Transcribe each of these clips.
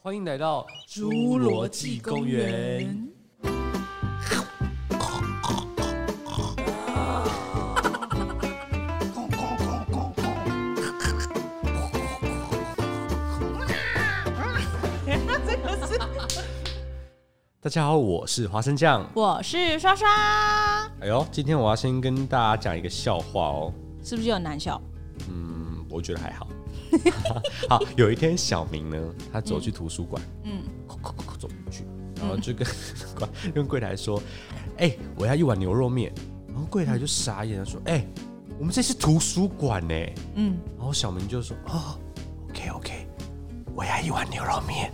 欢迎来到侏罗纪公园。大家好，我是花生酱， 我是刷刷。 哎呦，今天我要先跟大家讲一个笑话哦， 是不是有难笑？ 我觉得还好。好，有一天小明呢，他走去图书馆，走进去，然后就跟柜台说：“哎、我要一碗牛肉面。”然后柜台就傻眼了，说：“哎、我们这是图书馆呢。”然后小明就说：“哦 ，OK， 我要一碗牛肉面。”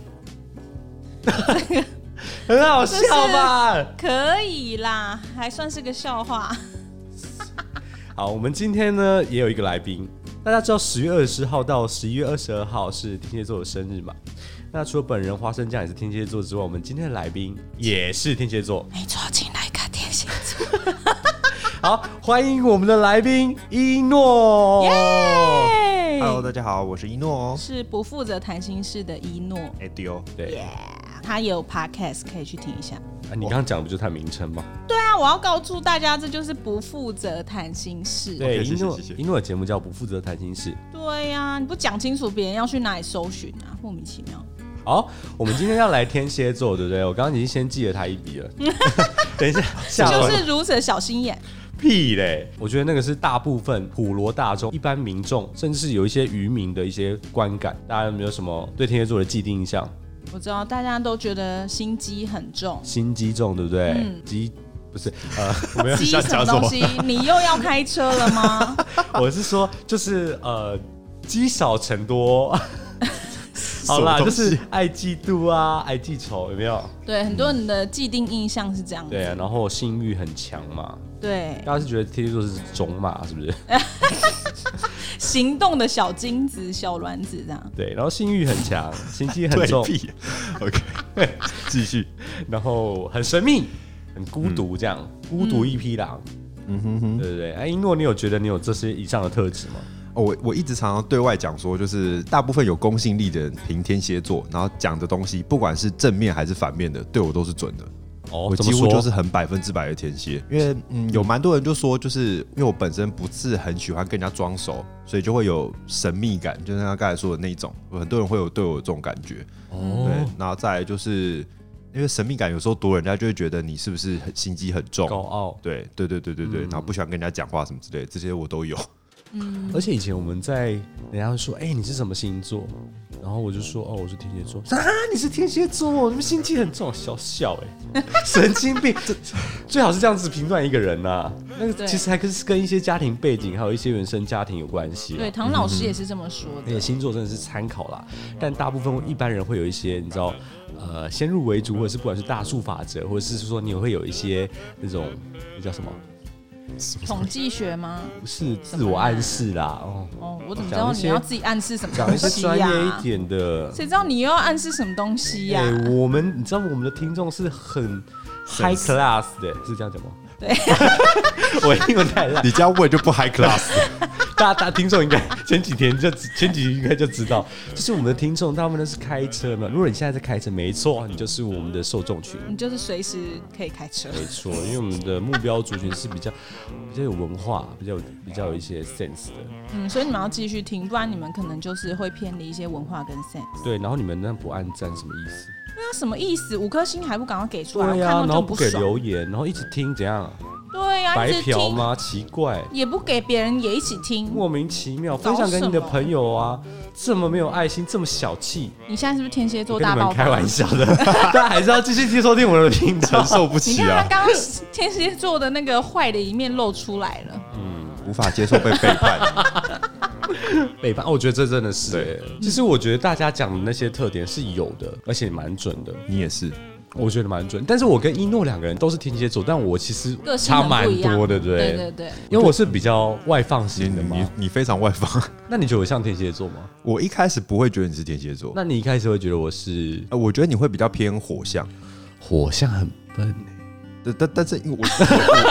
很好笑吧？ 可以啦，还算是个笑话。 好，我们今天呢也有一个来宾。大家知道10月20号到11月22号是天蝎座的生日嘛？那除了本人花生酱也是天蝎座之外，我们今天的来宾也是天蝎座。 没错，请来个天蝎座。 好，欢迎我们的来宾一诺。 耶 Hello， 大家好，我是一诺哦。 是不负责谈心事的一诺。 对哦， 对， 他也有 podcast 可以去听一下。 你刚刚讲的不就是他的名称吗？ 对啊，我要告诉大家，这就是不负责谈心事。 对， 谢谢一诺的节目叫不负责谈心事。 对呀，你不讲清楚，别人要去哪里搜寻啊？莫名其妙。 好，我们今天要来天蝎座，对不对？我刚刚已经先记了他一笔了。等一下， 就是如此的小心眼。 屁嘞！我觉得那个是大部分普罗大众、一般民众，甚至是有一些渔民的一些观感。大家有没有什么对天蝎座的既定印象？ 我知道大家都觉得心机很重， 心机重，对不对？机不是我没有机想讲什么。 什么东西？你又要开车了吗？ 我是说，就是积少成多。好啦，就是爱嫉妒啊，爱记仇，有没有？ 对，很多人的既定印象是这样子。 对啊，然后性欲很强嘛。 对， 大家是觉得天蝎座是种马，是不是？ 行动的小精子、小卵子这样。 对，然后性欲很强，心机很重。 屁 OK， 继续。 然后很神秘，很孤独，这样、孤独一匹狼。对不对？哎，一诺，你有觉得你有这些以上的特质吗？ 我一直常常对外讲说，就是大部分有公信力的人凭天蝎座，然后讲的东西，不管是正面还是反面的，对我都是准的。 哦， 我几乎就是很100%的天蝎，因为有蛮多人就说，就是因为我本身不是很喜欢跟人家装熟，所以就会有神秘感，就像他刚才说的那种，很多人会有对我有这种感觉。对，然后再来就是因为神秘感有时候多，人家就会觉得你是不是心机很重、 高傲。 对，然后不喜欢跟人家讲话什么之类的，这些我都有。 而且以前我们在人家会说，哎、你是什么星座？然后我就说，哦，我是天蝎座。啊，你是天蝎座，你们心机很重，笑哎、神经病！最好是这样子评断一个人呐、啊。那个其实还是跟一些家庭背景，还有一些原生家庭有关系。 对，唐老师也是这么说的。 而且星座真的是参考啦，但大部分一般人会有一些，你知道，先入为主，或者是不管是大数法则，或者是说你会有一些那种那叫什么？ 统计学吗？ 不是自我暗示啦， 我怎么知道你要自己暗示什么讲一些东西专业一呀？ 点的。 谁知道你又要暗示什么东西呀？ 你知道我们的听众是很 high class 的，是这样讲吗？ 对， 我英文太烂， 你这样问就不 high class。 大家听众应该前几集应该就知道，就是我们的听众大部分都是开车嘛。如果你现在在开车，没错，你就是我们的受众群。 你就是随时可以开车。 没错，因为我们的目标族群是比较有文化，比较有一些 sense 的。 所以你们要继续听，不然你们可能就是会偏离一些文化跟 sense。 对，然后你们那不按赞什么意思？ 那什么意思？5颗星还不赶快给出来？ 对呀、 看到然后不给就爽。 留言，然后一直听怎样？ 对呀、 白一直听嫖吗？奇怪。 也不给别人也一起听， 莫名其妙，分享给你的朋友啊，这么没有爱心，这么小气。 你现在是不是天蝎座我跟你们大爆发？ 开玩笑的，大家还是要继续收听我们的频道， 承受不你起啊， 看他刚刚天蝎座的那个坏的一面露出来了。 无法接受被背叛。 背叛。我觉得这真的是、 对其实我觉得大家讲的那些特点是有的，而且蛮准的。 你也是， 我觉得蛮准，但是我跟一诺2个人都是天蝎座，但我其实个性差蛮很不一样多的，对不对？ 对对对， 因为我是比较外放型的嘛。 你非常外放。 那你觉得我像天蝎座吗？ 我一开始不会觉得你是天蝎座， 那你一开始会觉得我是我觉得你会比较偏火象。 火象很笨但是我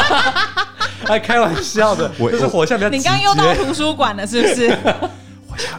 哎，开玩笑的，就是火象比较直接。 你刚刚又到图书馆了，是不是？ 火象很笨，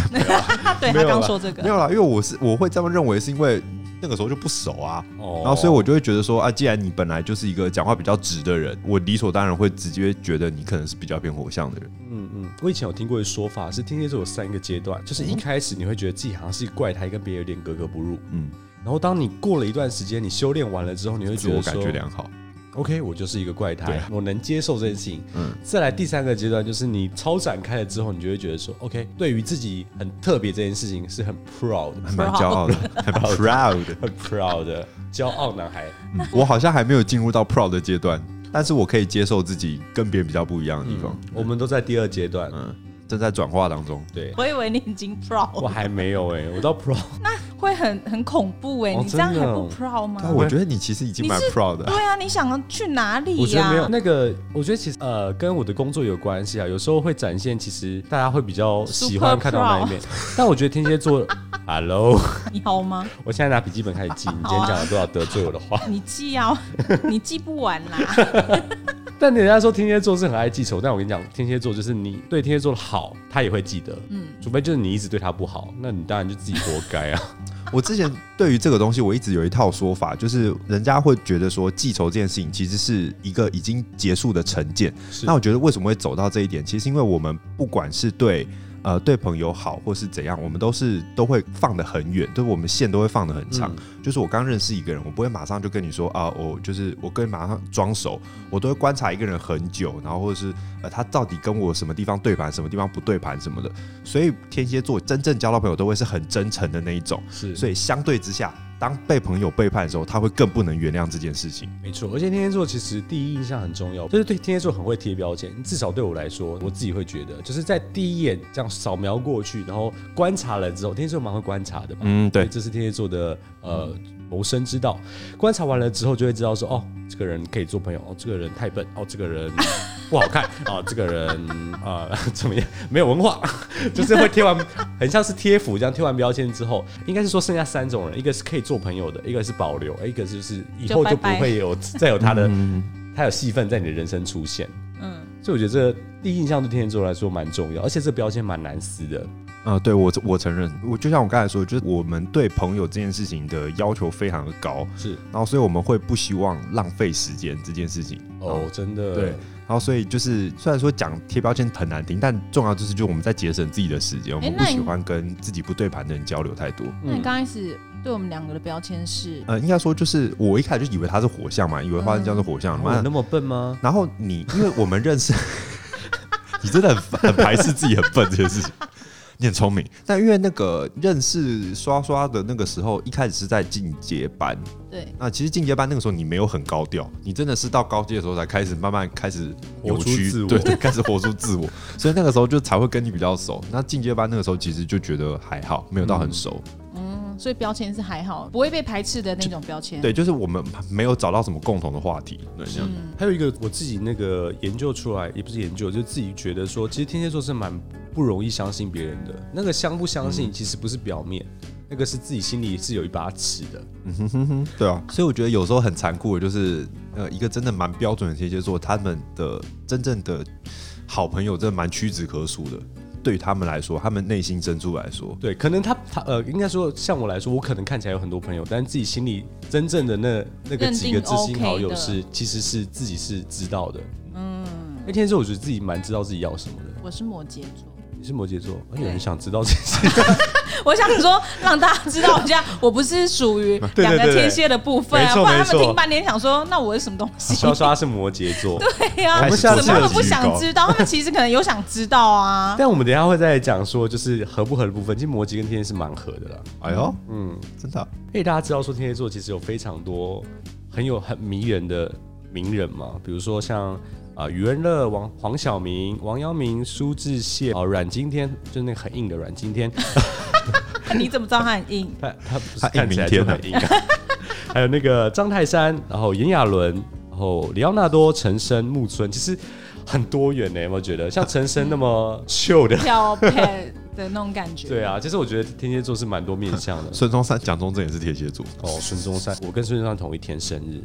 对他刚说这个没有啦，因为我会这么认为，是因为那个时候就不熟啊，然后所以我就会觉得说啊，既然你本来就是一个讲话比较直的人，我理所当然会直接觉得你可能是比较偏火象的人。 我以前有听过一个说法是天蝎座有3个阶段，就是一开始你会觉得自己好像是一个怪胎，跟别人有点格格不入，然后当你过了一段时间，你修炼完了之后，你会觉得说自我感觉良好。 OK， 我就是一个怪胎，我能接受这件事情。再来第3个阶段，就是你超展开了之后，你就会觉得说 ，OK， 对于自己很特别这件事情是很 proud， 蛮骄傲的，很 proud， 很 proud 的骄傲男孩。 我好像还没有进入到 proud 的阶段，但是我可以接受自己跟别人比较不一样的地方。 我们都在第2阶段， 正在转化当中。 对， 我以为你已经 proud， 我还没有我到 proud。 那会很恐怖你这样还不 proud 吗？ 但我觉得你其实已经蛮 proud 的。 对啊，你想去哪里呀？ 我觉得没有那个，我觉得其实跟我的工作有关系啊。有时候会展现，其实大家会比较喜欢看到那一面。但我觉得天蝎座，Hello， 你好吗？ 我现在拿笔记本开始记，你今天讲了多少得罪我的话？ 你记啊，你记不完啦。 但人家说天蝎座是很爱记仇，但我跟你讲，天蝎座就是你对天蝎座的好，他也会记得。除非就是你一直对他不好，那你当然就自己活该啊。 我之前对于这个东西，我一直有一套说法，就是人家会觉得说记仇这件事情其实是一个已经结束的成见。那我觉得为什么会走到这一点，其实因为我们不管是对朋友好或是怎样，我们都会放得很远，就是我们线都会放得很长。就是我刚认识一个人，我不会马上就跟你说啊，我跟你马上装熟，我都会观察一个人很久，然后或者是他到底跟我什么地方对盘，什么地方不对盘什么的。所以天蝎座真正交到朋友都会是很真诚的那一种，所以相对之下，当被朋友背叛的时候，他会更不能原谅这件事情。 没错，而且天蝎座其实第一印象很重要，就是对天蝎座很会贴标签。至少对我来说，我自己会觉得，就是在第一眼这样扫描过去，然后观察了之后，天蝎座蛮会观察的嘛。对，这是天蝎座的谋生之道。观察完了之后，就会知道说，哦，这个人可以做朋友，哦，这个人太笨，哦，这个人不好看，哦，这个人怎么样，没有文化，就是会贴完，很像是贴符这样，贴完标签之后，应该是说剩下3种人，一个是可以做朋友的，一个是保留，一个就是以后就不会再有他有戏份在你的人生出现。所以我觉得这第一印象对天蝎座来说蛮重要，而且这标签蛮难撕的。 对，我承认，就像我刚才说，就是我们对朋友这件事情的要求非常的高，然后所以我们会不希望浪费时间这件事情。 真的。对， 然后所以就是虽然说讲贴标签很难听，但重要就是我们在节省自己的时间，我们不喜欢跟自己不对盘的人交流太多。 那你刚开始对我们2个的标签是？ 应该说就是我一开始就以为他是火象嘛，以为花生酱是火象。 有那么笨吗？ 然后因为我们认识，你真的很排斥自己很笨这件事情。你很聪明，但因为那个认识刷刷的那个时候，一开始是在进阶班。 对， 那其实进阶班那个时候你没有很高调，你真的是到高阶的时候才开始慢慢开始扭曲，对，开始活出自我，所以那个时候就才会跟你比较熟。那进阶班那个时候其实就觉得还好，没有到很熟。 所以标签是还好，不会被排斥的那种标签。 对，就是我们没有找到什么共同的话题。 还有一个我自己那个研究出来，也不是研究，就自己觉得说，其实天蝎座是蛮不容易相信别人的。那个相不相信，其实不是表面，那个是自己心里是有一把尺的。 对啊，所以我觉得有时候很残酷的，就是一个真的蛮标准的天蝎座，他们的真正的好朋友真的蛮屈指可数的。对于他们来说，他们内心深处来说， 对，可能他应该说，像我来说，我可能看起来有很多朋友，但自己心里真正的那个几个知心好友其实是自己是知道的。那天蝎座我觉得自己蛮知道自己要什么的。 我是摩羯座。 你是摩羯座，有人想知道这些？ 我想说让大家知道一下，我不是属于2个天蝎的部分啊，不然他们听半天想说，那我是什么东西？ 刷刷是摩羯座， 对呀，我们什么都不想知道，他们其实可能有想知道啊。 但我们等一下会再讲说，就是合不合的部分，其实摩羯跟天蝎是蛮合的啦。 哎呦，真的。 因为大家知道说天蝎座其实有非常多很迷人的名人嘛，比如说像。余文乐、黄晓明、王阳明、苏志燮、阮经天，就是那个很硬的阮经天。 你怎么知道他很硬？ 他看起来就很硬。还有那个张泰山，然后炎亚纶，然后里奥纳多、陈升、木村，其实很多元呢。有没有觉得像陈升那么秀的飘配的那种感觉？ 对啊，其实我觉得天蝎座是蛮多面向的。 孙中山、蒋中正也是天蝎座。 孙中山，我跟孙中山同一天生日。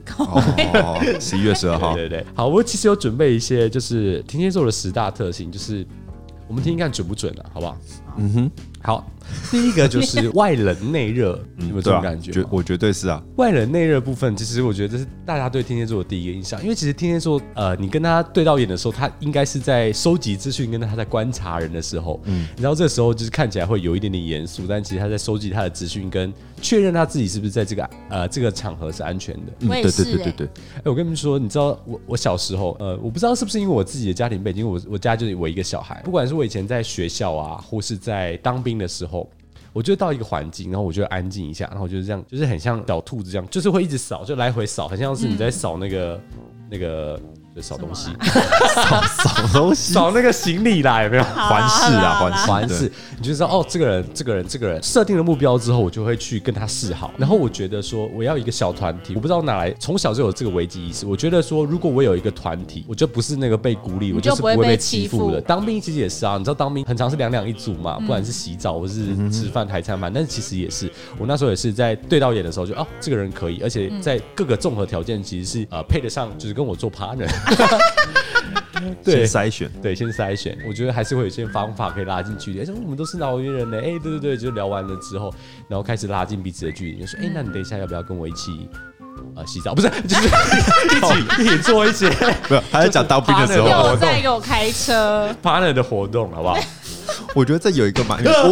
11月12号。 对。好，我其实有准备一些，就是天蝎座的10大特性，就是我们听听看准不准啊，好不好？ 好，第一个就是外冷内热，有没有这种感觉？ 我绝对是啊。 外冷内热部分，其实我觉得这是大家对天蝎座的第一个印象，因为其实天蝎座，你跟他对到眼的时候，他应该是在收集资讯，跟他在观察人的时候，你知道这时候就是看起来会有一点点严肃，但其实他在收集他的资讯，跟确认他自己是不是在这个场合是安全的。 我也是对。 我跟你们说，你知道我小时候，我不知道是不是因为我自己的家庭背景，我家就是我一个小孩，不管是我以前在学校啊，或是在当兵的时候。我就到一个环境，然后我就安静一下，然后我就是这样，就是很像小兔子这样，就是会一直扫，就来回扫，很像是你在扫那个就扫东西， 扫东西， 扫那个行李啦，有没有？ 环视啊， 环视，你就知道哦，这个人设定了目标之后，我就会去跟他示好。然后我觉得说，我要一个小团体，我不知道哪来，从小就有这个危机意识。我觉得说，如果我有一个团体，我就不是那个被孤立，我就是不会被欺负的。当兵其实也是啊，你知道当兵很常是两一组嘛，不管是洗澡或是吃饭台餐饭，但是其实也是，我那时候也是在对到眼的时候就哦，这个人可以，而且在各个综合条件其实是配得上，就是跟我做 partner。 对，先筛选， 对，先筛选。我觉得还是会有一些方法可以拉近距离。我们都是老年人呢，对，就聊完了之后，然后开始拉近彼此的距离，就说，那你等一下要不要跟我一起洗澡？不是，就是一起做一些， 没有，他在讲当兵的时候， 又在给我开车 partner 的活动，好不好？ 我觉得这有一个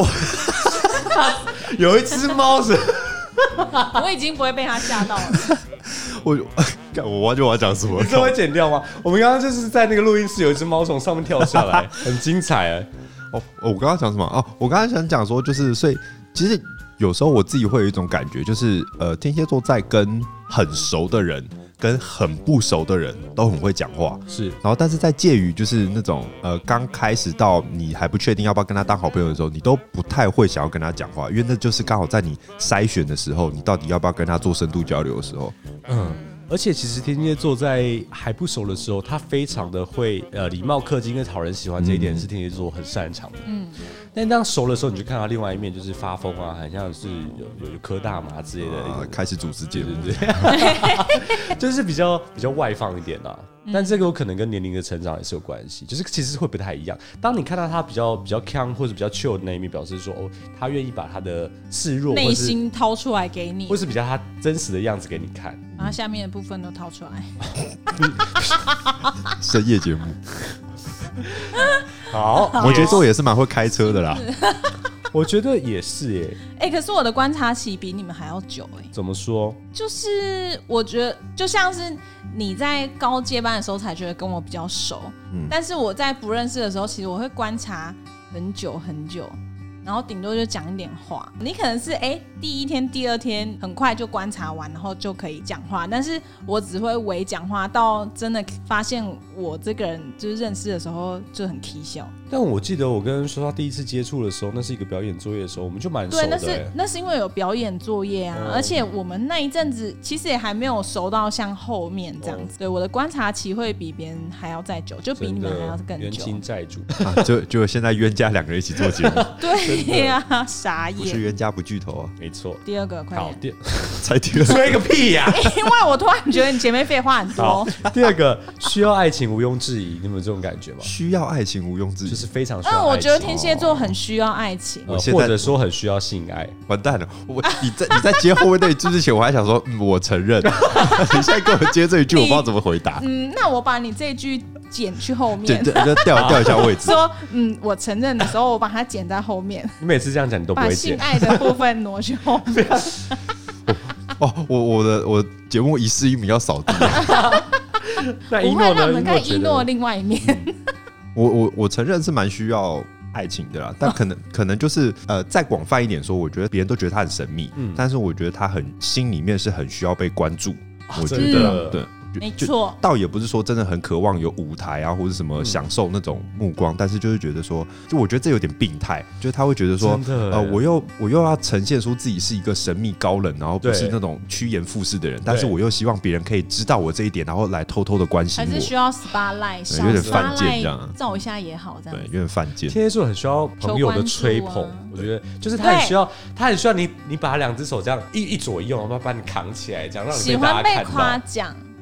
有一只猫是， 我已经不会被他吓到了。 我忘记我要讲什么， 你这会剪掉吗？我们刚刚就是在那个录音室有一只猫从上面跳下来，很精彩哎。 我刚刚讲什么？我刚刚想讲说，就是所以其实有时候我自己会有一种感觉，就是天蝎座在跟很熟的人跟很不熟的人都很会讲话， 是。 然后但是在介于就是那种刚开始到你还不确定要不要跟他当好朋友的时候，你都不太会想要跟他讲话，因为那就是刚好在你筛选的时候，你到底要不要跟他做深度交流的时候。 而且其实天蝎座在还不熟的时候，他非常的会礼貌氪金跟讨人喜欢，这一点是天蝎座很擅长的。但当熟的时候，你就看到另外一面，就是发疯啊，很像是有磕大麻之类的， 开始主持节目， 对，就是比较外放一点啦。但这个有可能跟年龄的成长也是有关系，就是其实会不太一样。当你看到他比较强或者比较 chill 的那一面，表示说他愿意把他的示弱内心掏出来给你， 或是比较他真实的样子给你看， 把他下面的部分都掏出来。 深夜节目， 好， 摩羯座也是蛮会开车的啦。 我觉得也是耶。 可是我的观察期比你们还要久怎么说？ 就是我觉得就像是你在高阶班的时候才觉得跟我比较熟，但是我在不认识的时候，其实我会观察很久很久，然后顶多就讲一点话。你可能是第一天第二天很快就观察完，然后就可以讲话，但是我只会伪讲话，到真的发现我这个人就是认识的时候就很起笑。 但我记得我跟说他第一次接触的时候，那是一个表演作业的时候，我们就蛮熟的。 对，那是因为有表演作业啊，而且我们那一阵子其实也还没有熟到像后面这样子。对，我的观察期会比别人还要再久，就比你们还要更久。 冤亲债主就现在冤家两个人一起做节目， 对呀，傻眼。 不是冤家不聚头啊， 没错。 第二个，快点。 才第二个， 吹个屁呀！ 因为我突然觉得你前面废话很多。 第二个，需要爱情毋庸置疑，你有没有这种感觉吗？ 需要爱情毋庸置疑， 就是非常需要爱情。 我觉得天蝎座很需要爱情， 或者说很需要性爱。 完蛋了，你在接后面那一句之前，我还想说，我承认。你现在跟我接这一句，我不知道怎么回答。 那我把你这一句剪去后面， 就调一下位置。 说我承认的时候，我把它剪在后面。 你每次这样讲，你都不会剪。 把性爱的部分挪去后面。 我节目一世一名要扫地。 那一诺呢？ 我会让你们看一诺另外一面。 我承认是蛮需要爱情的啦，但可能就是再广泛一点说，我觉得别人都觉得他很神秘，但是我觉得他心里面是很需要被关注。我觉得对。 没错， 倒也不是说真的很渴望有舞台啊，或者什么享受那种目光，但是就是觉得说，就我觉得这有点病态，就是他会觉得说，我又要呈现出自己是一个神秘高冷，然后不是那种趋炎附势的人，但是我又希望别人可以知道我这一点，然后来偷偷的关心我， 还是需要 spotlight， 有点犯贱这样， 照一下也好，这样对，有点犯贱。 天蝎座很需要朋友的吹捧，我觉得就是他很需要你把他两只手这样一左一右，然后把你扛起来，这样让你喜欢被夸奖。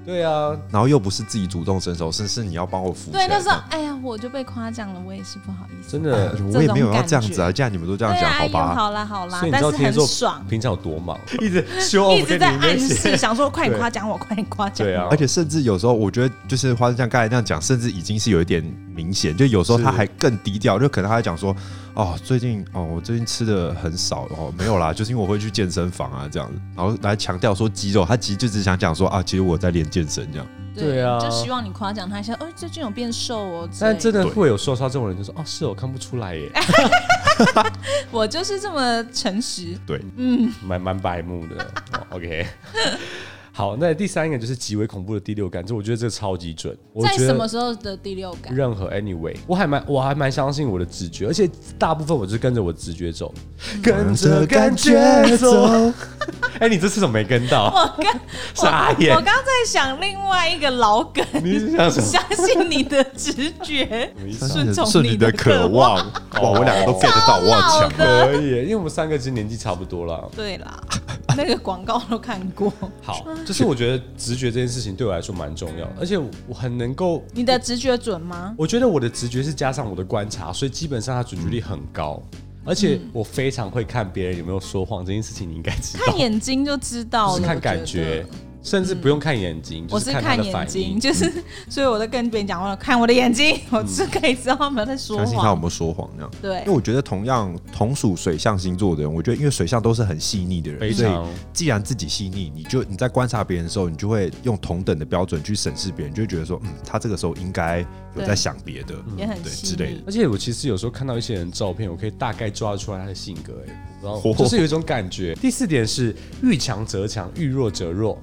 对啊， 然后又不是自己主动伸手，是你要帮我扶起来。 对，那时候哎呀，我就被夸奖了，我也是不好意思。 真的， 我也没有要这样子啊，既然你们都这样讲，好吧。 好啦好啦， 所以你知道但是很爽。 平常有多忙，一直show off， 一直在暗示，想说快点夸奖我，快点夸奖我。 对啊， 而且甚至有时候我觉得，就是花生酱刚才那样讲，甚至已经是有一点明显，就有时候他还更低调，就可能他还讲说，哦，最近我最近吃的很少哦，没有啦，就是因为我会去健身房啊这样子，然后来强调说肌肉，他其实就只想讲说啊，其实我在练健身这样。 对啊， 就希望你夸奖他一下，最近有变瘦哦。 但真的会有说这种人就说，哦，是我看不出来耶。 我就是这么诚实。 对， 蛮白目的。OK。好，那第三个就是极为恐怖的第六感，就我觉得这个超级准。 在什么时候的第六感？ 任何 anyway， 我还蛮相信我的直觉，而且大部分我就是跟着我直觉走，跟着感觉走。你这次怎么没跟到？傻眼！ 我刚在想另外一个老梗， 你是想什么？ 相信你的直觉，顺从你的渴望。哇，我两个都 get 得到，我好强。 可以，因为我们三个其实年纪差不多啦。 对啦，那个广告都看过。 好，就是我觉得直觉这件事情对我来说蛮重要的，而且我很能够。 你的直觉准吗？ 我觉得我的直觉是加上我的观察，所以基本上它准确率很高。而且我非常会看别人有没有说谎，这件事情你应该知道。 看眼睛就知道了， 就是看感觉。甚至不用看眼睛， 我是看眼睛，就是所以我在跟别人讲话，看我的眼睛，我是可以知道他们在说谎， 相信他有没有说谎那样。 对， 因为我觉得同属水象星座的人，我觉得因为水象都是很细腻的人，所以既然自己细腻，你在观察别人的时候，你就会用同等的标准去审视别人，就会觉得说，他这个时候应该有在想别的， 也很对之类的。 而且我其实有时候看到一些人照片，我可以大概抓得出来他的性格，然后就是有一种感觉。第四点是遇强则强，遇弱则弱。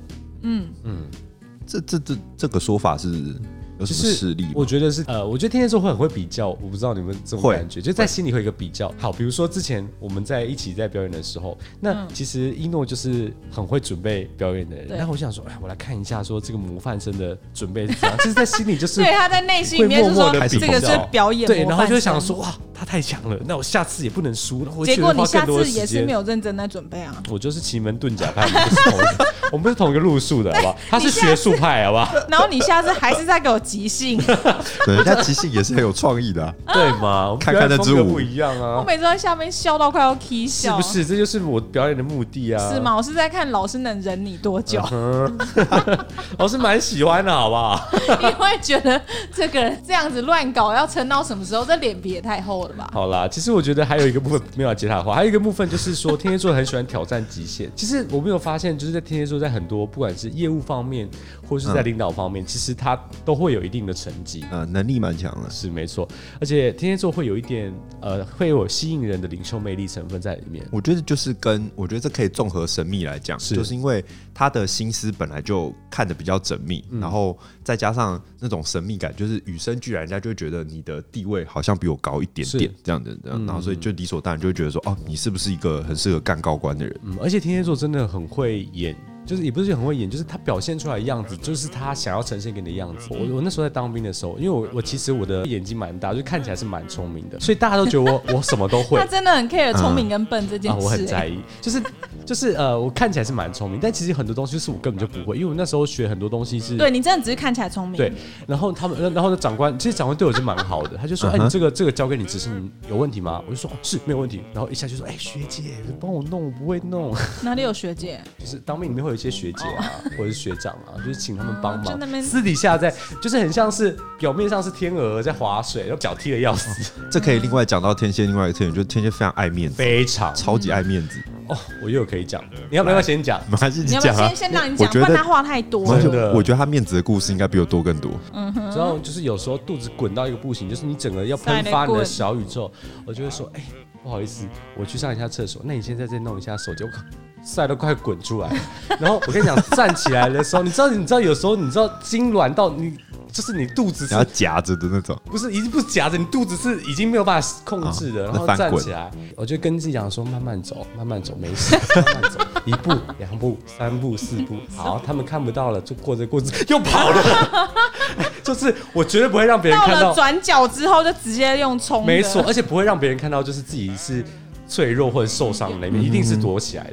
这个说法是有什么事例吗？ 我觉得是我觉得天蝎座会很会比较，我不知道你们这种感觉，就在心里会有一个比较。好，比如说之前我们在一起在表演的时候，那其实一诺就是很会准备表演的人，然后我想说，我来看一下说这个模范生的准备是怎样，就是在心里就是对他在内心里面就说这个是表演模范生， 对，然后就会想说哇，他太强了，那我下次也不能输， 结果你下次也是没有认真在准备啊。 我就是奇门遁甲派，我们不是同一个路数的，好不好？他是学术派，好不好？ 然后你下次还是在给我即兴， 对，人家即兴也是很有创意的啊， 对吗？ 看看那支舞不一样啊！ 我每次在下面笑到快要起笑， 是不是？这就是我表演的目的啊！ 是吗？我是在看老师能忍你多久。 我是蛮喜欢的，好不好？ 你会觉得这个人这样子乱搞，要撑到什么时候？这脸皮也太厚了吧？ 好啦，其实我觉得还有一个部分没有接他的话，还有一个部分就是说，天蝎座很喜欢挑战极限。其实我没有发现，就是在天蝎座，在很多不管是业务方面，或是在领导方面，其实他都会有一定的成绩， 能力蛮强的， 是没错。而且天蝎座会有一点会有吸引人的领袖魅力成分在里面。 我觉得就是我觉得这可以综合神秘来讲，就是因为他的心思本来就看得比较缜密，然后再加上那种神秘感，就是与生俱来，人家就会觉得你的地位好像比我高一点点这样的，然后所以就理所当然就会觉得说，哦，你是不是一个很适合干高官的人？ 而且天蝎座真的很会演。就是也不是很会演，就是他表现出来的样子，就是他想要呈现给你的样子。我那时候在当兵的时候，因为我其实我的眼睛蛮大，就看起来是蛮聪明的，所以大家都觉得我什么都会。 他真的很 care 聪明跟笨这件事， 我很在意。就是我看起来是蛮聪明，但其实很多东西是我根本就不会，因为我那时候学很多东西是。 对你真的只是看起来聪明。 对，然后长官，其实长官对我是蛮好的，他就说，你这个交给你执行有问题吗？我就说是没有问题，然后一下就说，学姐帮我弄，我不会弄。 哪里有学姐？ 就是当兵里面会有一些学姐啊。或者是学长啊，就是请他们帮忙，私底下就是很像是表面上是天鹅在划水，然后脚踢得要死。 这可以另外讲到天蝎另外一个特点，就是天蝎非常爱面子， 非常超级爱面子。 我又可以讲，你要不要先讲？ 还是你讲啊？先让你讲，不然他话太多了。 我觉得他面子的故事应该比我多更多。 然后就是有时候肚子滚到一个不行，就是你整个要喷发你的小宇宙，我就会说，不好意思，我去上一下厕所，那你现在再弄一下手机。我靠，晒都快滚出来。然后我跟你讲，站起来的时候，你知道有时候你知道筋软到你，就是你肚子是要夹着的那种， 不是已经不是夹着，你肚子是已经没有办法控制的。然后站起来，我就跟自己讲说，慢慢走，慢慢走，没事，慢慢走，一步、2步、3步、4步，好，他们看不到了，就过着又跑了。就是我绝对不会让别人看到， 转角之后就直接用冲的， 没错，而且不会让别人看到，就是自己是脆弱或者受伤的那一面，一定是躲起来的。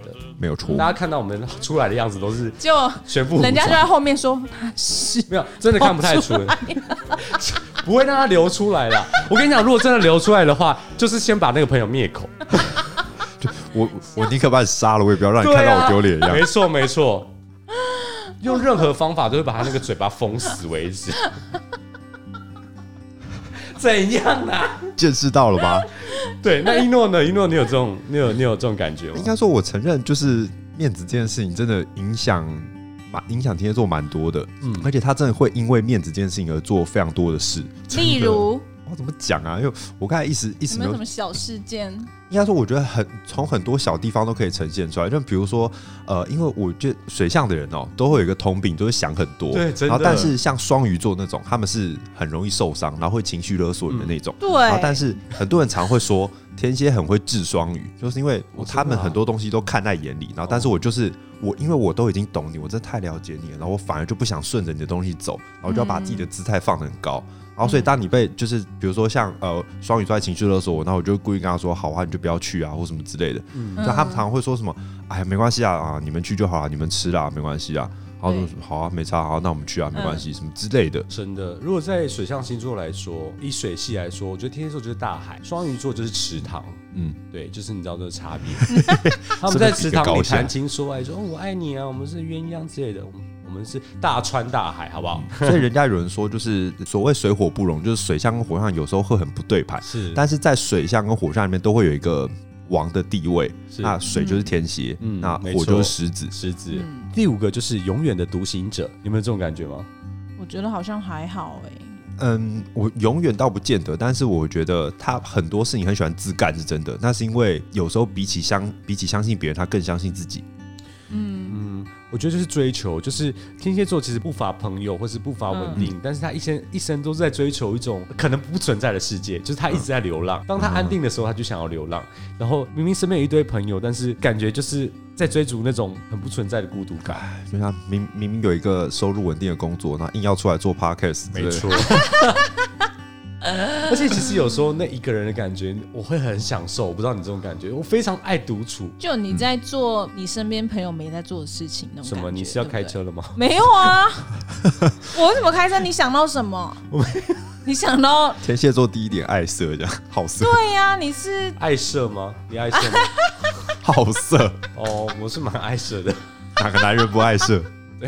没有错。 大家看到我们出来的样子都是就全副武装， 人家就在后面说他是没有，真的看不太出来，不会让他流出来啦。我跟你讲，如果真的流出来的话，就是先把那个朋友灭口。 我宁可把你杀了，我也不要让你看到我丢脸一样。 没错没错，用任何方法都会把他那个嘴巴封死为止。怎样啊？ 见识到了吧？ 对，那一诺呢？一诺，你有这种感觉吗？ 应该说，我承认，就是面子这件事情真的影响天蝎座蛮多的，而且他真的会因为面子这件事情而做非常多的事。 例如， 我怎么讲啊？因为我刚才一时有没有什么小事件？ 应该说，我觉得从很多小地方都可以呈现出来。就比如说，因为我觉得水象的人都会有一个通病，就是想很多。 对，真的。 然后，但是像双鱼座那种，他们是很容易受伤，然后会情绪勒索你的那种。 对。 然后，但是很多人常会说，天蝎很会治双鱼，就是因为他们很多东西都看在眼里。然后，但是因为我都已经懂你，我真的太了解你了，然后我反而就不想顺着你的东西走，然后就要把自己的姿态放得很高。然后，所以当你被就是比如说像双鱼座在情绪勒索我，然后我就故意跟他说好啊，你就不要去啊，或什么之类的。就他们常常会说什么，哎呀没关系啊，你们去就好了，你们吃啦，没关系啊。然后说好啊，没差，好，那我们去啊，没关系，什么之类的。 真的，如果在水象星座来说，以水系来说，我觉得天蝎座就是大海，双鱼座就是池塘。对，就是你知道这个差别。他们在池塘里谈情说爱，说我爱你啊，我们是鸳鸯之类的。我们是大川大海，好不好？ 所以人家有人说，就是所谓水火不容，就是水象跟火象有时候会很不对盘。 是， 但是在水象跟火象里面都会有一个王的地位。那水就是天蝎，那火就是狮子。 第5个就是永远的独行者，你们有这种感觉吗？ 我觉得好像还好我永远倒不见得，但是我觉得他很多事情很喜欢自干是真的。那是因为有时候比起相信别人，他更相信自己。 我觉得就是追求，就是天蝎座其实不乏朋友或是不乏稳定，但是他一生都是在追求一种可能不存在的世界，就是他一直在流浪。当他安定的时候，他就想要流浪，然后明明身边有一堆朋友，但是感觉就是在追逐那种很不存在的孤独感。 就像明明有一个收入稳定的工作，然后硬要出来做 podcast， 没错。而且其实有时候那一个人的感觉我会很享受，我不知道你这种感觉，我非常爱独处。 就你在做你身边朋友没在做的事情那种感觉。 什么？你是要开车了吗？ 没有啊，我为什么开车？你想到什么？你想到天蝎座第一点爱色，这样好色。 对呀，你是爱色吗？你爱色吗？ 好色哦，我是蛮爱色的。 哪个男人不爱色？ 对。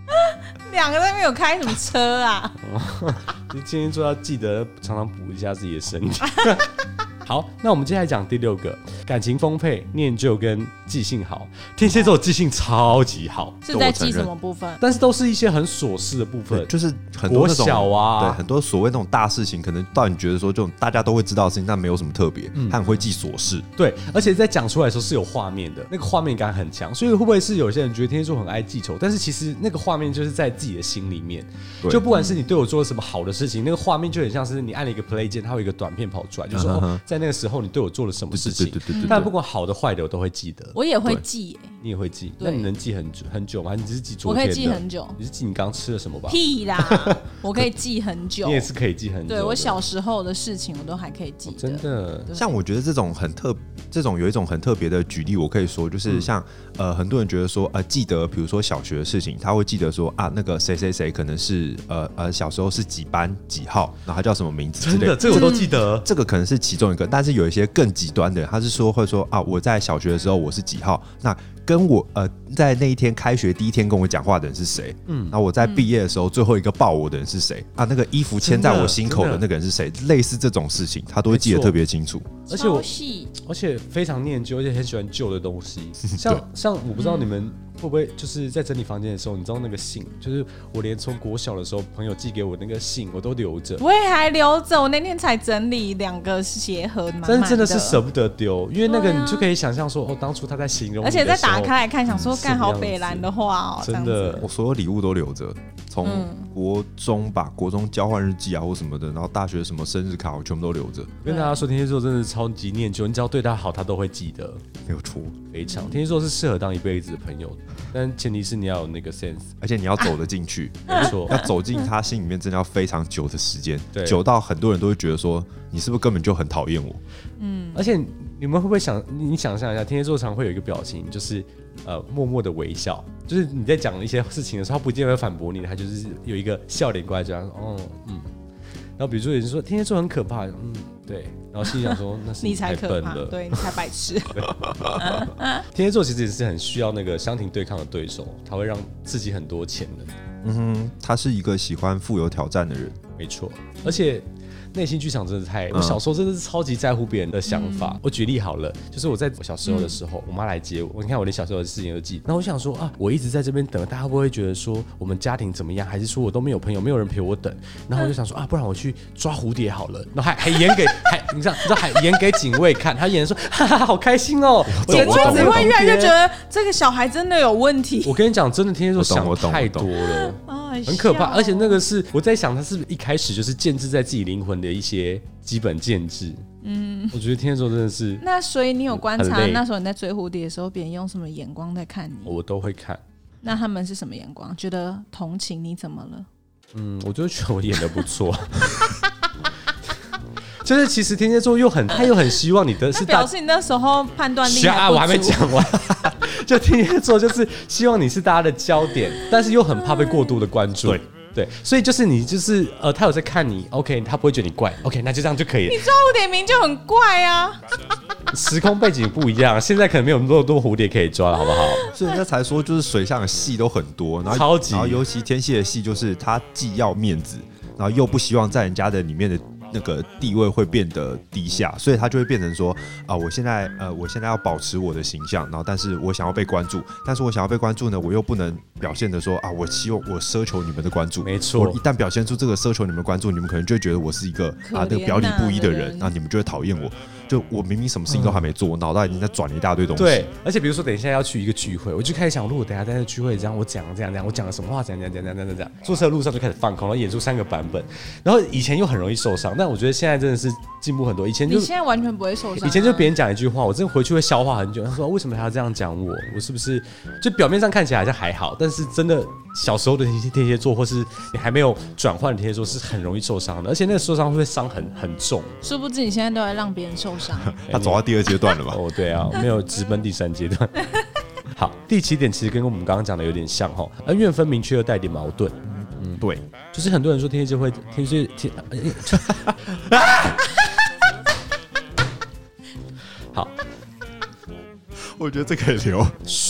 2个在那边有开什么车啊？ 你今天就要记得常常补一下自己的身体。好，那我们接下来讲第6个，感情丰沛、念旧跟记性好。天蝎座记性超级好， 是在记什么部分？ 但是都是一些很琐事的部分， 就是很多那种国小啊， 对，很多所谓那种大事情，可能到你觉得说这种大家都会知道的事情，但没有什么特别，他很会记琐事。 对，而且在讲出来的时候是有画面的，那个画面感很强。所以会不会是有些人觉得天蝎座很爱记仇，但是其实那个画面就是在自己的心里面，就不管是你对我做了什么好的事情，那个画面就很像是你按了一个 play 键，它会有一个短片跑出来，就是说在那个时候你对我做了什么事情。但不管好的坏的我都会记得。 我也会记你也会记？那你能记很久吗？你只是记昨天的？ 我可以记很久。 你是记你刚吃了什么吧？ 屁啦！我可以记很久。 你也是可以记很久。 对，我小时候的事情我都还可以记得。 真的。 像我觉得这种有一种很特别的举例，我可以说就是像很多人觉得说记得，比如说小学的事情，他会记得说那个谁谁谁可能是小时候是几班几号，然后他叫什么名字之类的。 这个我都记得。 这个可能是其中一个，但是有一些更极端的，他是会说我在小学的时候我是几号，那跟我在那一天开学第一天跟我讲话的人是谁？然后我在毕业的时候最后一个抱我的人是谁？那个衣服牵在我心口的那个人是谁？类似这种事情，他都会记得特别清楚。 而且非常念旧，而且很喜欢旧的东西。像我不知道你们会不会就是在整理房间的时候，你知道那个信，就是我连从国小的时候朋友寄给我那个信我都留着。 我也还留着，我那天才整理2个鞋盒， 但是真的是舍不得丢，因为那个你就可以想象说当初他在形容你的时候， 而且再打开来看，想说干好北蓝的话真的， 我所有礼物都留着，从国中交换日记或什么的，然后大学什么生日卡我全部都留着。 跟大家说，天蝎座真的超级念旧，你只要对他好，他都会记得， 没有错。 非常，天蝎座是适合当一辈子的朋友的，但前提是你要有那个 sense， 而且你要走得进去， 没错， 要走进他心里面，真的要非常久的时间，久到很多人都会觉得说，你是不是根本就很讨厌我？ 而且你们会不会你想象一下，天蝎座常会有一个表情，就是默默的微笑，就是你在讲一些事情的时候，他不一定会反驳你，他就是有一个笑脸过来讲，然后比如说有人说天蝎座很可怕，对，然后心里想说那是你才太可怕， 笨了， 对，你才白痴。 天蝎座其实也是很需要那个相庭对抗的对手，他会让自己很多潜能。 他是一个喜欢富有挑战的人， 没错，而且内心剧场真的我小时候真的是超级在乎别人的想法。我举例好了，就是我在我小时候的时候，我妈来接我，你看我连小时候的事情都记。然后我想说我一直在这边等，大家会不会觉得说我们家庭怎么样，还是说我都没有朋友，没有人陪我等？然后我就想说不然我去抓蝴蝶好了。然后还演给你知道还演给警卫看，他演说哈哈好开心哦。 警卫只会越来越觉得这个小孩真的有问题。 我跟你讲，真的天蝎座想太多了。很可怕，而且那个是我在想，他是不是一开始就是建制在自己灵魂的一些基本建制？我觉得天蝎座真的是。 那所以你有观察那时候你在追蝴蝶的时候，别人用什么眼光在看你？ 我都会看。 那他们是什么眼光？觉得同情你怎么了？ 我就觉得我演得不错。就是其实天蝎座他又很希望你的是表示你那时候判断力还不足。 我还没讲完。就天蝎座就是希望你是大家的焦点，但是又很怕被过度的关注。对，所以就是你就是他有在看你 ，OK， 他不会觉得你怪 ，OK， 那就这样就可以了。 你抓蝴蝶名就很怪啊。 时空背景不一样，现在可能没有那么多蝴蝶可以抓了，好不好？ 所以人家才说就是水象的戏都很多，然后超级， 然后尤其天蝎的戏就是他既要面子，然后又不希望在人家的里面的那个地位会变得低下，所以他就会变成说我现在要保持我的形象，然后但是我想要被关注，但是我想要被关注呢，我又不能表现的说我希望我奢求你们的关注， 没错， 我一旦表现出这个奢求你们的关注，你们可能就会觉得我是一个那个表里不一的人，然后你们就会讨厌我。就我明明什么事情都还没做，我脑袋已经在转了一大堆东西。 对，而且比如说等一下要去一个聚会，我就开始想，如果等一下在那聚会这样，我讲这样，我讲了什么话，怎样，坐车路上就开始放空，然后演出3个版本，然后以前又很容易受伤，但我觉得现在真的是进步很多。以前就你现在完全不会受伤， 以前就别人讲一句话，我真的回去会消化很久。他说为什么他要这样讲我？我是不是就表面上看起来好像还好，但是真的小时候的天蝎座，或是你还没有转换的天蝎座是很容易受伤的，而且那个受伤会伤很重。 殊不知你现在都在让别人受伤。 他走到第2阶段了吧？ 对啊，没有直奔第3阶段。好，第7点其实跟我们刚刚讲的有点像哈，恩怨分明却又带点矛盾。 对， 就是很多人说天蝎会好， 我觉得这可以留。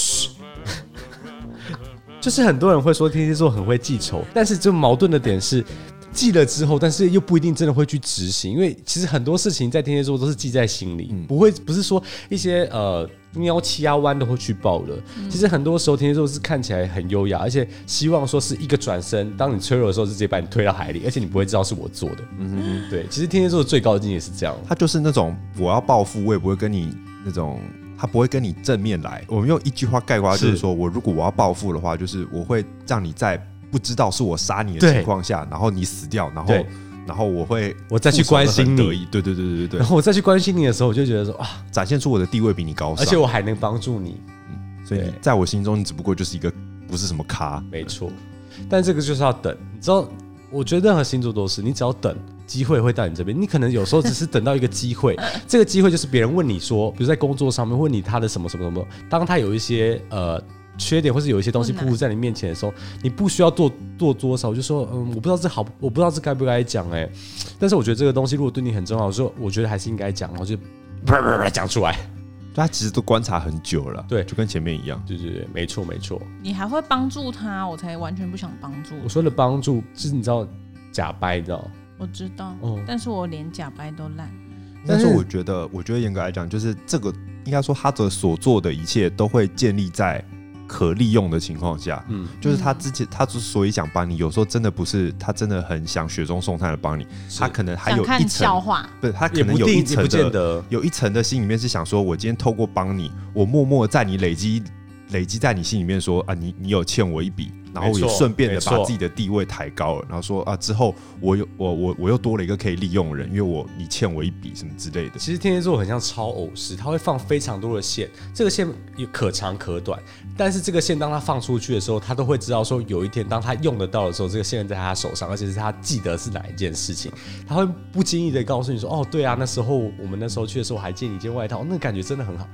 就是很多人会说天蝎座很会记仇，但是这矛盾的点是记了之后，但是又不一定真的会去执行，因为其实很多事情在天蝎座都是记在心里，不是说一些喵七啊弯都会去报的。其实很多时候天蝎座是看起来很优雅，而且希望说是一个转身，当你脆弱的时候，是直接把你推到海里，而且你不会知道是我做的。对，其实天蝎座的最高境界是这样， 他就是那种我要报复，我也不会跟你那种。他不会跟你正面来，我们用一句话概括，就是说如果我要报复的话，就是我会让你在不知道是我杀你的情况下，然后你死掉，然后我再去关心你， 对， 然后我再去关心你的时候，我就觉得说展现出我的地位比你高尚， 而且我还能帮助你， 所以在我心中你只不过就是一个不是什么咖， 没错。但这个就是要等，你知道，我觉得任何星座都是，你只要等。机会会到你这边，你可能有时候只是等到一个机会，这个机会就是别人问你说，比如在工作上面问你他的什么，当他有一些缺点或是有一些东西暴露在你面前的时候，你不需要做多少，我就说我不知道这好，我不知道这该不该讲但是我觉得这个东西如果对你很重要，我觉得还是应该讲，然后就讲出来。 他其实都观察很久了， 对， 就跟前面一样， 对，没错。 你还会帮助他，我才完全不想帮助。 我说的帮助就是你知道假掰，你知道。 我知道，但是我连假掰都烂。 但是我觉得严格来讲，就是这个应该说他的所做的一切都会建立在可利用的情况下。就是他之所以想帮你，有时候真的不是他真的很想雪中送炭的帮你，他可能还有一层笑话， 不是他可能有一层的心里面是想说，我今天透过帮你，我默默在你累积在你心里面说你有欠我一笔。然后也顺便的把自己的地位抬高了，然后说之后我又多了一个可以利用的人，因为你欠我一笔什么之类的。 其实天蝎座很像超偶师，他会放非常多的线，这个线也可长可短，但是这个线当他放出去的时候，他都会知道说有一天当他用得到的时候，这个线在他手上，而且是他记得是哪一件事情，他会不经意的告诉你说对啊，那时候我们那时候去的时候我还借你一件外套，那个感觉真的很好。有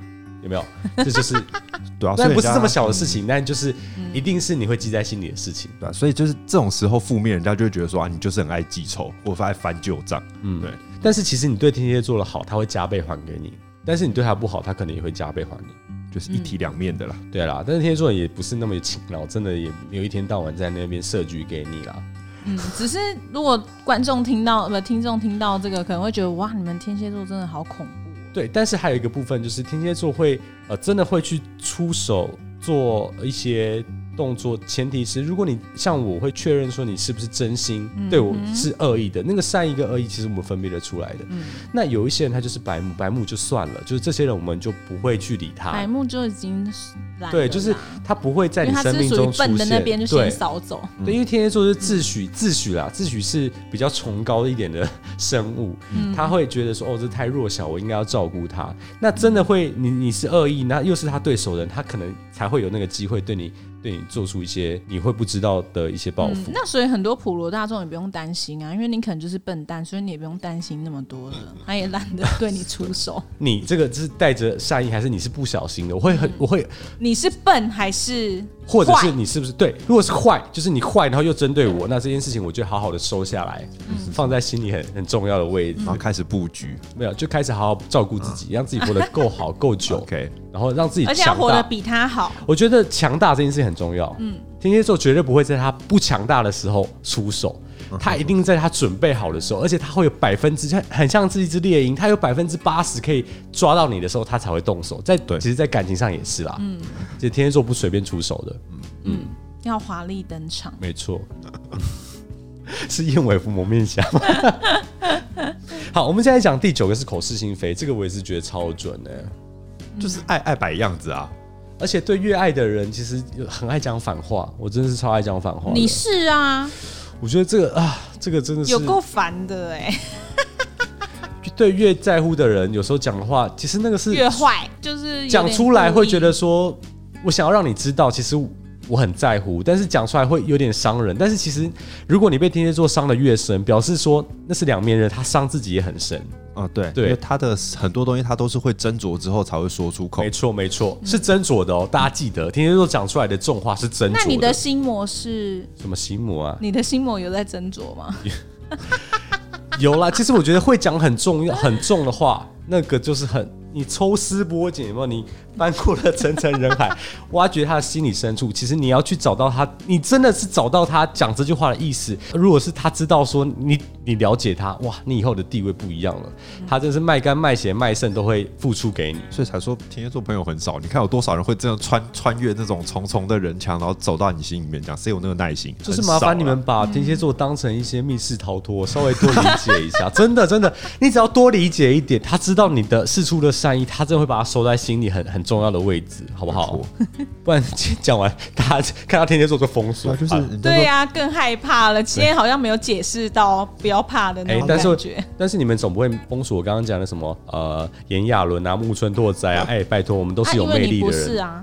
有没有？这就是对啊， 但不是这么小的事情，但就是一定是你会记在心里的事情。 对啊，所以就是这种时候负面，人家就会觉得说啊，你就是很爱记仇，或者爱翻旧账。对。 但是其实你对天蝎座的好，他会加倍还给你；但是你对他不好，他可能也会加倍还你。 就是一体两面的啦。 对啦，但是天蝎座也不是那么勤劳，真的也没有一天到晚在那边设局给你啦。 只是如果听众听到这个，可能会觉得哇，你们天蝎座真的好恐怖。 对，但是还有一个部分就是天蝎座会真的会去出手做一些动作，前提是如果你像我会确认说你是不是真心对我是恶意的，那个善意跟恶意其实我们分辨得出来的。那有一些人他就是白目就算了，就是这些人我们就不会去理他， 白目就已经懒了， 对，就是他不会在你生命中出现， 因为他是属于笨的那边就先扫走。 对，因为天蝎座是自诩是比较崇高一点的生物，他会觉得说哦，这太弱小，我应该要照顾他。那真的会你是恶意，那又是他对手的人，他可能才会有那个机会对你做出一些你会不知道的一些报复。 那所以很多普罗大众也不用担心啊，因为你可能就是笨蛋，所以你也不用担心那么多了，他也懒得对你出手。 你这个是带着善意，还是你是不小心的？我会， 你是笨还是坏？ 或者是你是不是对？如果是坏，就是你坏，然后又针对我，那这件事情我就好好的收下来，放在心里很重要的位置， 然后开始布局。 没有，就开始好好照顾自己，让自己活得够好够久。 OK， 然后让自己强大， 而且要活得比他好。 我觉得强大这件事情很重要。天蝎座绝对不会在他不强大的时候出手，他一定在他准备好的时候，而且他会有很像是一只猎鹰，他有80%可以抓到你的时候，他才会动手。其实，在感情上也是啦。其实天蝎座不随便出手的。 要华丽登场。 没错。是燕尾服蒙面侠吗？好，我们现在讲第9个是口是心非，这个我也是觉得超准的， 就是爱摆样子啊。 而且对越爱的人，其实很爱讲反话。我真的是超爱讲反话。 你是啊？ 我觉得这个真的是有够烦的哎。 对越在乎的人，有时候讲的话，其实那个是越坏，就是讲出来会觉得说，我想要让你知道，其实我很在乎，但是讲出来会有点伤人。但是其实，如果你被天蝎座伤得越深，表示说那是两面人，他伤自己也很深。 对，因为他的很多东西他都是会斟酌之后才会说出口。 没错，是斟酌的哦。大家记得，天蝎座讲出来的重话是斟酌的。 那你的心魔是什么心魔啊？ 你的心魔有在斟酌吗？ 有啦，其实我觉得会讲很重的话，那个就是你抽丝剥茧，有没有？你翻过了层层人海，挖掘他的心理深处。其实你要去找到他，你真的是找到他讲这句话的意思。如果是他知道说你了解他，哇，你以后的地位不一样了。他真是卖肝卖血卖肾都会付出给你， 所以才说天蝎座朋友很少。你看有多少人会这样穿越那种重重的人墙，然后走到你心里面讲，谁有那个耐心？ 就是麻烦你们把天蝎座当成一些密室逃脱，稍微多理解一下。真的，你只要多理解一点，他知道你的释出的善意，他真的会把它收在心里很重要的位置，好不好？不然讲完，大家看到天蝎座就封锁， 就是对呀，更害怕了。今天好像没有解释到不要怕的那种感觉。但是你们总不会封锁我刚刚讲的什么炎亚纶啊、木村拓哉啊？拜托，我们都是有魅力的人。因为你不是啊。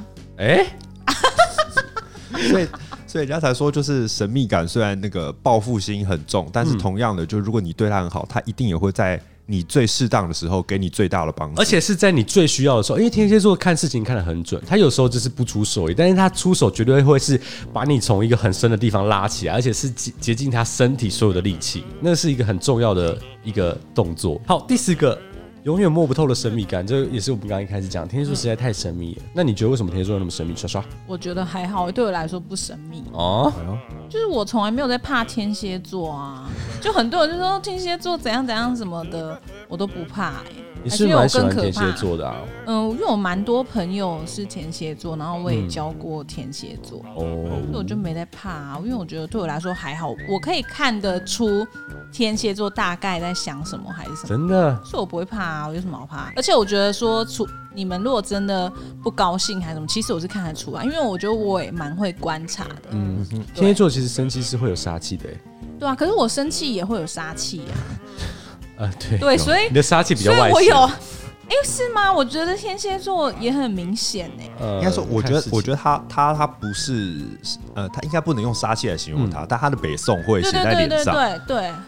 所以人家才说，就是神秘感虽然那个报复心很重，但是同样的，就如果你对他很好，他一定也会在你最适当的时候给你最大的帮助， 而且是在你最需要的时候。因为天蝎座看事情看得很准，他有时候就是不出手，但是他出手绝对会是把你从一个很深的地方拉起来，而且是竭尽他身体所有的力气，那是一个很重要的一个动作。好，第4个。永远摸不透的神秘感，这也是我们刚刚一开始讲，天蝎座实在太神秘了。那你觉得为什么天蝎座那么神秘？刷刷， 我觉得还好，对我来说不神秘哦。就是我从来没有在怕天蝎座啊，就很多人就说天蝎座怎样怎样什么的，我都不怕你是蛮喜欢天蝎座的啊？ 因为我蛮多朋友是天蝎座，然后我也教过天蝎座，所以我就没在怕啊。因为我觉得对我来说还好，我可以看得出天蝎座大概在想什么还是什么， 真的， 所以我不会怕啊。我有什么好怕？而且我觉得说，你们如果真的不高兴还是什么，其实我是看得出来，因为我觉得我也蛮会观察的。 天蝎座其实生气是会有杀气的， 对啊，可是我生气也会有杀气啊。对，所以你的杀气比较外显。 所以我有，是吗？我觉得天蝎座也很明显应该说，我觉得他不是他应该不能用杀气来形容他，但他的北宋会写在脸上。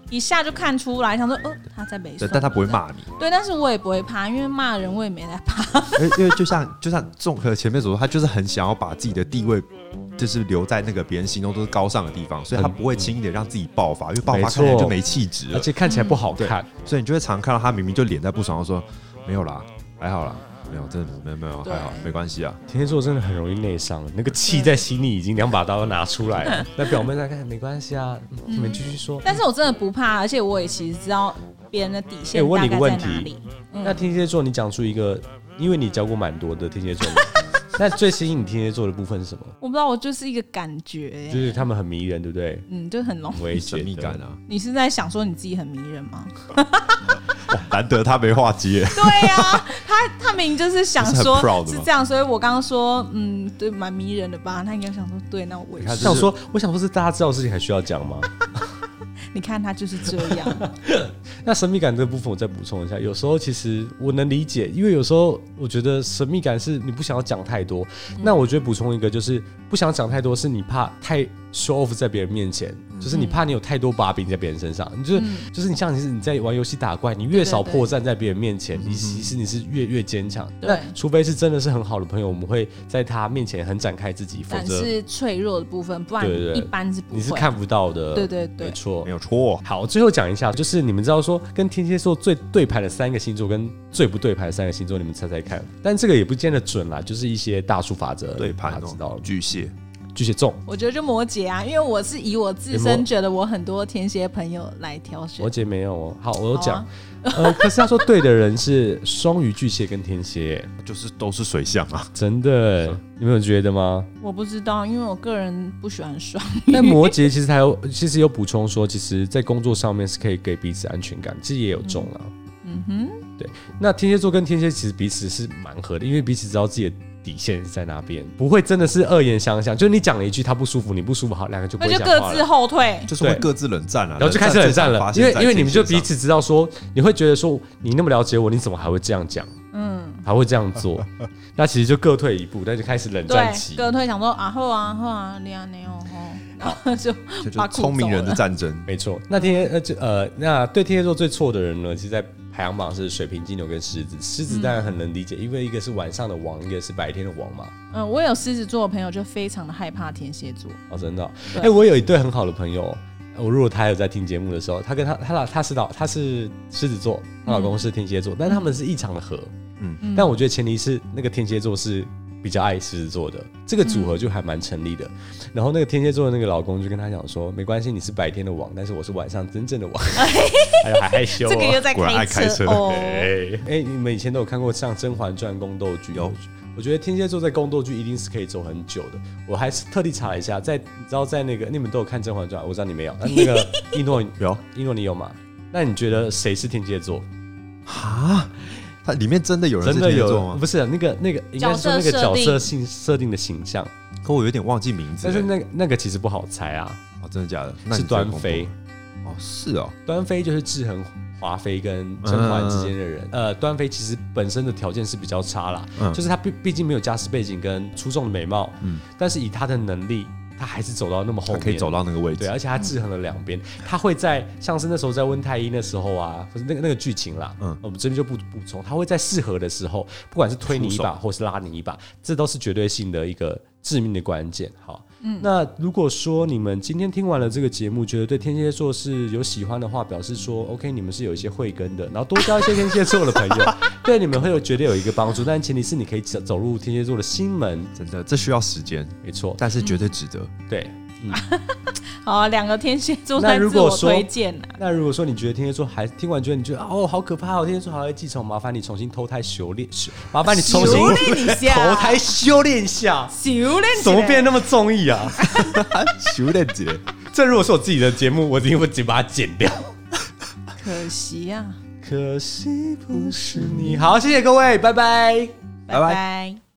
一下就看出来，想说他在北宋， 但他不会骂你。 对，但是我也不会怕，因为骂人我也没在怕。 因为就像综合前面所说，他就是很想要把自己的地位。就是留在那个别人心中都是高尚的地方，所以他不会轻易的让自己爆发，因为爆发看起来就没气质了， 而且看起来不好看， 所以你就会常看到他明明就脸在不爽，说没有啦，还好啦，没有，真的没有，还好，没关系啊。 天蝎座真的很容易内伤，那个气在心里已经2把刀拿出来了，那表面上看没关系啊，你们继续说。 但是我真的不怕，而且我也其实知道别人的底线大概在哪里。 那天蝎座，你讲出一个，因为你教过蛮多的天蝎座。那最吸引你天蝎座的部分是什么？ 我不知道，我就是一个感觉， 就是他们很迷人，对不对？ 就很浓神秘感啊。 你是在想说你自己很迷人吗？ 难得他没话接。 对啊，他明明就是想说是这样，所以我刚刚说对，蛮迷人的吧？他应该想说对，那我也是。 我想说是大家知道的事情还需要讲吗？ 你看他就是这样。 那神秘感这个部分我再补充一下，有时候其实我能理解，因为有时候我觉得神秘感是你不想要讲太多。那我觉得补充一个就是不想讲太多，是你怕太 show off 在别人面前，就是你怕你有太多把柄在别人身上。就是你像你在玩游戏打怪，你越少破绽在别人面前，其实你是越坚强。那除非是真的是很好的朋友，我们会在他面前很展开自己，否则是脆弱的部分，不然一般是不会， 你是看不到的。 对， 没错， 没有错。 好，最后讲一下，就是你们知道说跟天蝎座最对盘的3个星座跟最不对盘的3个星座，你们猜猜看。但这个也不见得准啦，就是一些大数法则。 对盘知道了。 巨蟹重， 我觉得就摩羯啊，因为我是以我自身觉得我很多天蝎朋友来挑选。 摩羯没有哦。好，我有讲。可是他说对的人是双鱼、巨蟹跟天蝎， 就是都是水象啊， 真的，你们有觉得吗？ 我不知道，因为我个人不喜欢双鱼。 但摩羯其实有补充说，其实在工作上面是可以给彼此安全感，其实也有中啊。对。那天蝎座跟天蝎其实彼此是蛮合的，因为彼此知道自己的底线在那边，不会真的是恶言相向。就是你讲了一句他不舒服，你不舒服，好，两个就不会讲话了， 那就各自后退， 就是会各自冷战啊， 然后就开始冷战了。因为你们就彼此知道说，你会觉得说你那么了解我，你怎么还会这样讲？还会这样做？那其实就各退一步，那就开始冷战期。 各退想说啊，好啊，你啊，然后就聪明人的战争， 没错。那那对天蝎座最错的人呢，其实在排行榜是水瓶、金牛跟狮子。狮子当然很能理解，因为一个是晚上的王，一个是白天的王嘛。 我有狮子座的朋友就非常的害怕天蝎座。 哦，真的。我有一对很好的朋友，如果他有在听节目的时候，他是狮子座，她老公是天蝎座，但他们是异常的合。但我觉得前提是那个天蝎座是比较爱狮子座的，这个组合就还蛮成立的。然后那个天蝎座的那个老公就跟他讲说，没关系，你是白天的王，但是我是晚上真正的王。还害羞啊， 这个又在果然爱开车。 你们以前都有看过像《甄嬛传》宫斗剧？有。我觉得天蝎座在宫斗剧一定是可以走很久的。我还是特地查了一下，你知道在那个你们都有看《甄嬛传》，我知道你没有。那个一诺有，一诺你有吗？那你觉得谁是天蝎座？ 哈？它里面真的有人是天蝎座吗？ 不是那个应该是说那个角色设定的形象， 可我有点忘记名字。 但是那个其实不好猜啊。 真的假的？那是端妃。 是哦， 端妃就是制衡华妃跟甄嬛之间的人。端妃其实本身的条件是比较差啦，就是她毕竟没有家世背景跟出众的美貌，但是以她的能力，他还是走到那么后面， 可以走到那个位置。 对，而且他制衡了两边。他会在像是那时候在温太医那时候啊，或者那个剧情啦，我们这边就不补充。他会在适合的时候，不管是推你一把或是拉你一把，这都是绝对性的一个致命的关键。好，那如果说你们今天听完了这个节目，觉得对天蝎座是有喜欢的话，表示说 OK， 你们是有一些慧根的，然后多交一些天蝎座的朋友，对你们会绝对有一个帮助。但前提是你可以走入天蝎座的心门， 真的，这需要时间， 没错， 但是绝对值得。 对。 好啊，两个天蝎座在自我推荐啊。 那如果说你觉得天蝎座还听完觉得你觉得好可怕，天蝎座好会记仇，麻烦你重新投胎修炼，麻烦你重新投胎修炼一下，怎么变那么综艺啊？ 修炼起来， 这如果是我自己的节目，我一定会直接把它剪掉。 可惜啊， 可惜不是你。好，谢谢各位，拜拜， 拜拜。